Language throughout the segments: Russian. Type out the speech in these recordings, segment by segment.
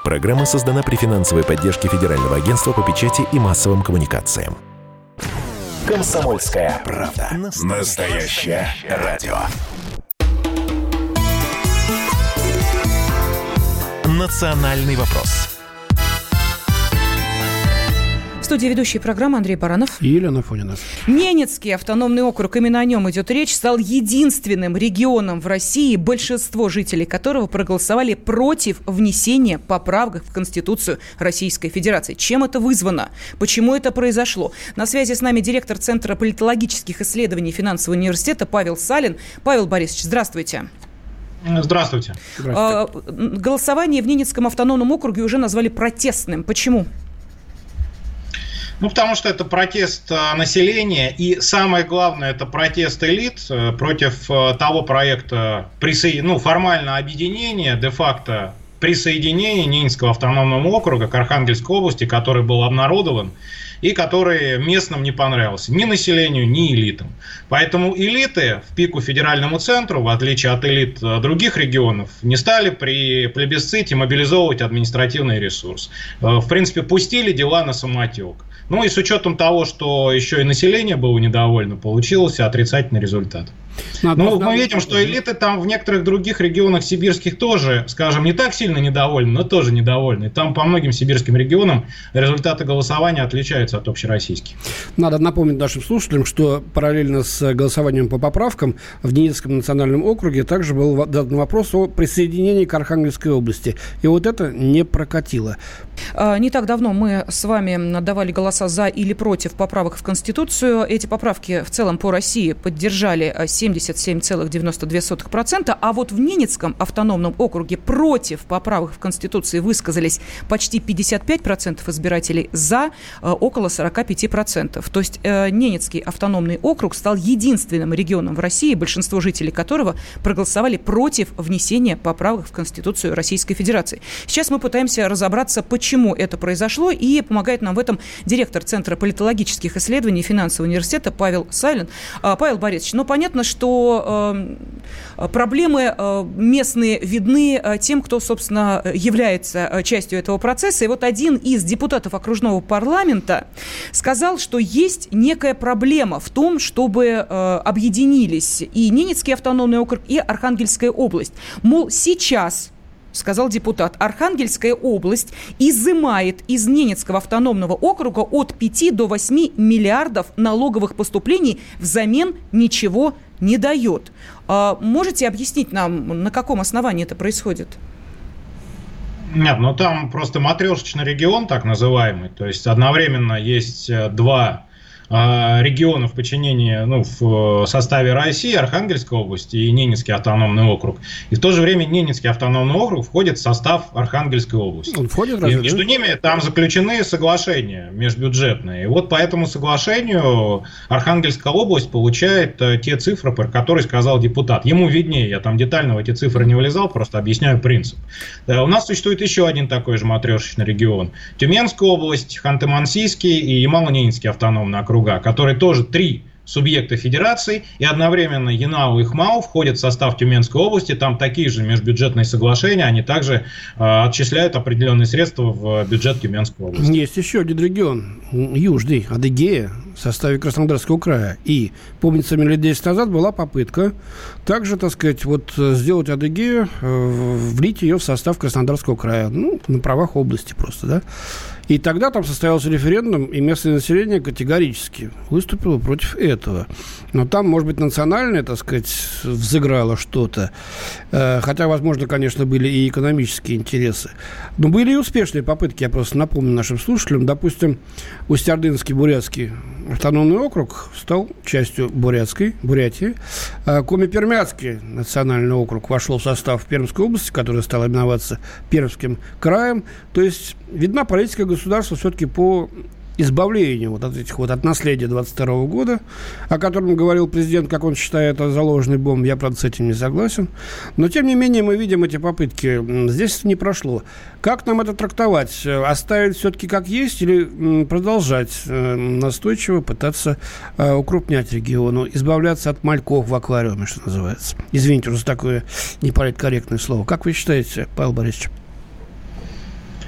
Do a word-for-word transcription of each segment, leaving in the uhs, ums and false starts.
Программа создана при финансовой поддержке Федерального агентства по печати и массовым коммуникациям. «Комсомольская правда». Настоящее радио. «Национальный вопрос». В студии ведущей программы Андрей Баранов и Елена Фонина. Ненецкий автономный округ, именно о нем идет речь, стал единственным регионом в России, большинство жителей которого проголосовали против внесения поправок в Конституцию Российской Федерации. Чем это вызвано? Почему это произошло? На связи с нами директор Центра политологических исследований Финансового университета Павел Салин. Павел Борисович, здравствуйте. Здравствуйте. Здравствуйте. Голосование в Ненецком автономном округе уже назвали протестным. Почему? Ну, потому что это протест населения, и самое главное, это протест элит против того проекта, присо... ну, формально объединения, де-факто присоединения Ненецкого автономного округа к Архангельской области, который был обнародован, и который местным не понравился ни населению, ни элитам. Поэтому элиты в пику федеральному центру, в отличие от элит других регионов, не стали при плебисците мобилизовывать административный ресурс. В принципе, пустили дела на самотек. Ну и с учетом того, что еще и население было недовольно, получился отрицательный результат. Надо, ну, мы видим, что элиты там в некоторых других регионах сибирских тоже, скажем, не так сильно недовольны, но тоже недовольны. Там по многим сибирским регионам результаты голосования отличаются от общероссийских. Надо напомнить нашим слушателям, что параллельно с голосованием по поправкам в Ненецком национальном округе также был задан вопрос о присоединении к Архангельской области. И вот это не прокатило. Не так давно мы с вами давали голоса за или против поправок в Конституцию. Эти поправки в целом по России поддержали семьдесят семь целых девяносто две сотых процента, а вот в Ненецком автономном округе против поправок в Конституции высказались почти пятьдесят пять процентов избирателей, за около сорок пять процентов. То есть Ненецкий автономный округ стал единственным регионом в России, большинство жителей которого проголосовали против внесения поправок в Конституцию Российской Федерации. Сейчас мы пытаемся разобраться, почему это произошло, и помогает нам в этом директор Центра политологических исследований Финансового университета Павел Салин. Павел Борисович, ну понятно, что э, проблемы э, местные видны э, тем, кто, собственно, является частью этого процесса. И вот один из депутатов окружного парламента сказал, что есть некая проблема в том, чтобы э, объединились и Ненецкий автономный округ, и Архангельская область. Мол, сейчас, сказал депутат, Архангельская область изымает из Ненецкого автономного округа от пяти до восьми миллиардов налоговых поступлений, взамен ничего не дает. А можете объяснить нам, на каком основании это происходит? Нет, ну там просто матрешечный регион, так называемый. То есть одновременно есть два регионов в подчинении, ну, в составе России, Архангельской области и Ненецкий автономный округ. И в то же время Ненецкий автономный округ входит в состав Архангельской области. Он входит, разве, и между да? ними там заключены соглашения межбюджетные. И вот по этому соглашению Архангельская область получает те цифры, про которые сказал депутат. Ему виднее, я там детально в эти цифры не вылезал, просто объясняю принцип. У нас существует еще один такой же матрешечный регион. Тюменская область, Ханты-Мансийский и Ямало-Ненецкий автономный округ, которые тоже три субъекта федерации, и одновременно ЯНАУ и ХМАУ входят в состав Тюменской области, там такие же межбюджетные соглашения, они также э, отчисляют определенные средства в бюджет Тюменской области. Есть еще один регион, южный, Адыгея, в составе Краснодарского края, и, помнится, лет десять назад была попытка также, так сказать, вот сделать Адыгею, э, влить ее в состав Краснодарского края, ну, на правах области просто, да. И тогда там состоялся референдум, и местное население категорически выступило против этого. Но там, может быть, национальное, так сказать, взыграло что-то. Хотя, возможно, конечно, были и экономические интересы. Но были и успешные попытки, я просто напомню нашим слушателям. Допустим, Усть-Ордынский Бурятский автономный округ стал частью Бурятской, Бурятии. Коми-Пермяцкий национальный округ вошел в состав Пермской области, которая стала именоваться Пермским краем. То есть видна политика государства все-таки по избавлению вот от этих вот от наследия двадцать второго года, о котором говорил президент, как он считает, это заложенный бомб. Я, правда, с этим не согласен. Но, тем не менее, мы видим эти попытки. Здесь не прошло. Как нам это трактовать? Оставить все-таки как есть или продолжать настойчиво пытаться укрупнять региону, избавляться от мальков в аквариуме, что называется? Извините уже за такое неполиткорректное слово. Как вы считаете, Павел Борисович?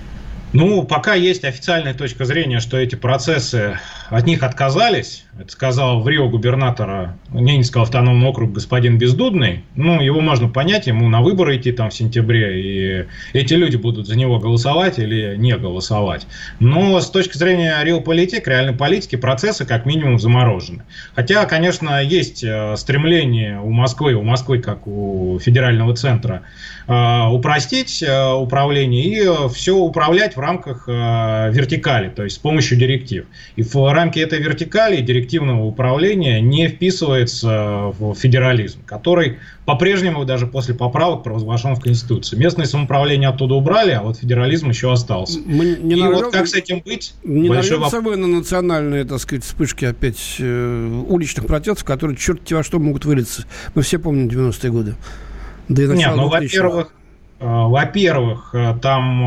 Ну, пока есть официальная точка зрения, что эти процессы от них отказались. Это сказал в Рио губернатора Ненецкого автономного округа господин Бездудный. Ну, его можно понять, ему на выборы идти там в сентябре, и эти люди будут за него голосовать или не голосовать. Но с точки зрения реалполитик, реальной политики, процессы как минимум заморожены. Хотя, конечно, есть стремление у Москвы, у Москвы как у федерального центра, упростить управление и все управлять в рамках вертикали, то есть с помощью директив. И в рамки этой вертикали директивного управления не вписывается в федерализм, который по-прежнему даже после поправок провозглашен в Конституции. Местное самоуправление оттуда убрали, а вот федерализм еще остался. Мы не и нарвем, вот как с этим быть? Не нарвемся вы на национальные, так сказать, вспышки опять э, уличных протестов, которые черти во что могут вылиться. Мы все помним девяностые годы. Да и Нет, ну, во-первых, Во-первых, там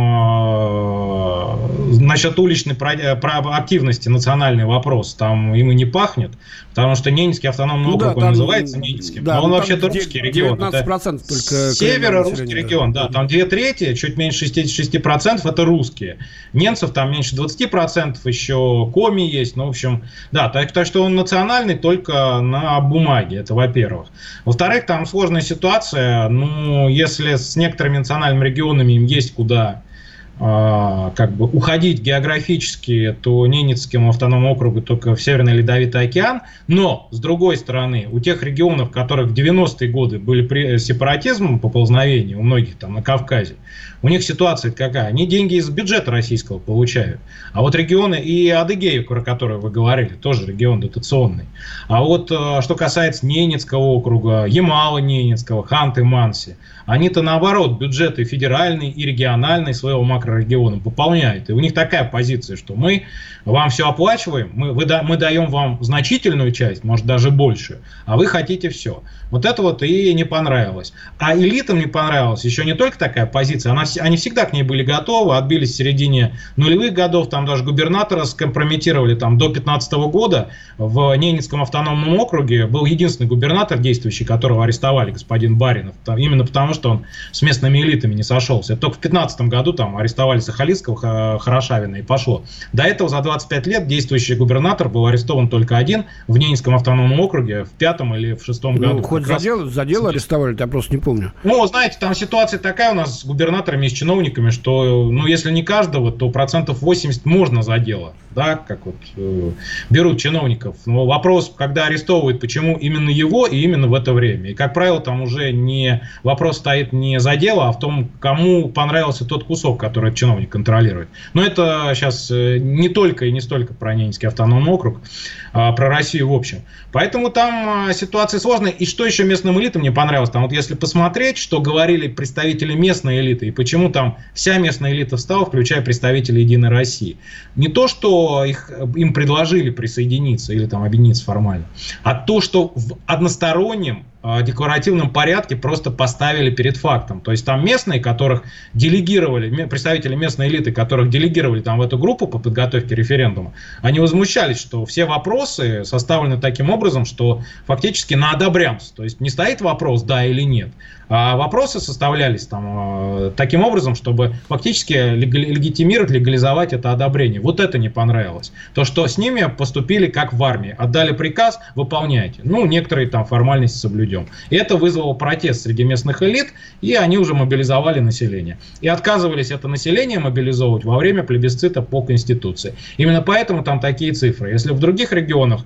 насчет уличной активности национальный вопрос, там им и не пахнет, потому что Ненецкий автономный ну, округ, да, он там, называется Ненецким, да, но он ну, вообще-то русский регион. девятнадцать процентов это только северо-русский регион, да, там две трети, чуть меньше шестьдесят шесть процентов это русские. Немцев там меньше двадцать процентов, еще коми есть, ну, в общем, да, так, так что он национальный только на бумаге, это во-первых. Во-вторых, там сложная ситуация, ну, если с некоторыми национальными регионами им есть куда э, как бы уходить географически, то Ненецкому автономному округу только в Северный Ледовитый океан. Но, с другой стороны, у тех регионов, в которых в девяностые годы были при сепаратизмом, поползновения, у многих там на Кавказе, у них ситуация какая? Они деньги из бюджета российского получают. А вот регионы и Адыгея, про которые вы говорили, тоже регион дотационный. А вот что касается Ненецкого округа, Ямало-Ненецкого, Ханты-Манси, они-то наоборот бюджеты федеральные и региональные своего макрорегиона пополняют. И у них такая позиция, что мы вам все оплачиваем, мы, вы, мы даем вам значительную часть, может даже большую, а вы хотите все. Вот это вот и не понравилось. А элитам не понравилось еще не только такая позиция, она, они всегда к ней были готовы, отбились в середине нулевых годов, там даже губернатора скомпрометировали там, до пятнадцатого года в Ненецком автономном округе был единственный губернатор действующий, которого арестовали, господин Баринов, там, именно потому, что он с местными элитами не сошелся. Это только в пятнадцатом году там арестовали Сахалинского, Хорошавина и пошло. До этого за двадцать пять лет действующий губернатор был арестован только один в Ненецком автономном округе в пятом или в шестом году. Ну, хоть за дело, за дело арестовали, я просто не помню. Ну, знаете, там ситуация такая у нас с губернаторами и с чиновниками, что, ну, если не каждого, то процентов восемьдесят можно за дело, да, как вот э, берут чиновников. Но вопрос, когда арестовывают, почему именно его и именно в это время. И, как правило, там уже не вопрос стоит не за дело, а в том, кому понравился тот кусок, который этот чиновник контролирует. Но это сейчас не только и не столько про Ненецкий автономный округ, а про Россию в общем. Поэтому там ситуация сложная. И что еще местным элитам не понравилось? Там вот если посмотреть, что говорили представители местной элиты, и почему там вся местная элита встала, включая представителей Единой России. Не то, что их, им предложили присоединиться или там объединиться формально, а то, что в одностороннем декларативном порядке просто поставили перед фактом. То есть там местные, которых делегировали, представители местной элиты, которых делегировали там в эту группу по подготовке референдума, они возмущались, что все вопросы составлены таким образом, что фактически на одобрямс. То есть не стоит вопрос да или нет, а вопросы составлялись там таким образом, чтобы фактически легитимировать, легализовать это одобрение. Вот это не понравилось. То, что с ними поступили как в армии. Отдали приказ, выполняйте. Ну, некоторые там формальности соблюдем. И это вызвало протест среди местных элит, и они уже мобилизовали население. И отказывались это население мобилизовывать во время плебисцита по Конституции. Именно поэтому там такие цифры. Если в других регионах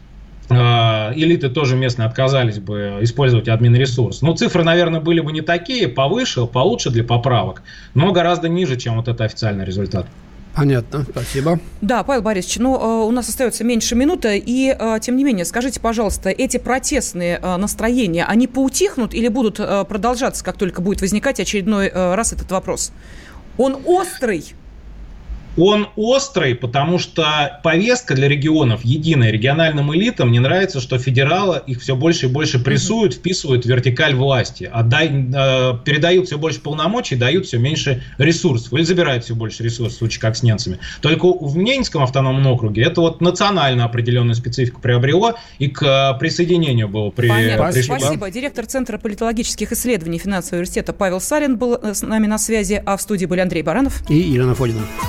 элиты тоже местные отказались бы использовать админресурс. Ну, цифры, наверное, были бы не такие, повыше, получше для поправок, но гораздо ниже, чем вот это официальный результат. Понятно, спасибо. Да, Павел Борисович, ну, э, у нас остается меньше минуты, и, э, тем не менее, скажите, пожалуйста, эти протестные э, настроения, они поутихнут или будут э, продолжаться, как только будет возникать очередной э, раз этот вопрос? Он острый? Он острый, потому что повестка для регионов единая. Региональным элитам не нравится, что федералы их все больше и больше прессуют, вписывают в вертикаль власти. Отдай, э, передают все больше полномочий, дают все меньше ресурсов. Или забирают все больше ресурсов, в случае как с немцами. Только в Ненецком автономном округе это вот национально определенную специфику приобрело и к присоединению было при, пришло. Спасибо. Директор Центра политологических исследований финансового университета Павел Сарин был с нами на связи, а в студии были Андрей Баранов и Елена Фонина.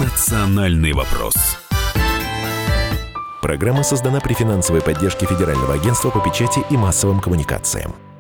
«Национальный вопрос». Программа создана при финансовой поддержке Федерального агентства по печати и массовым коммуникациям.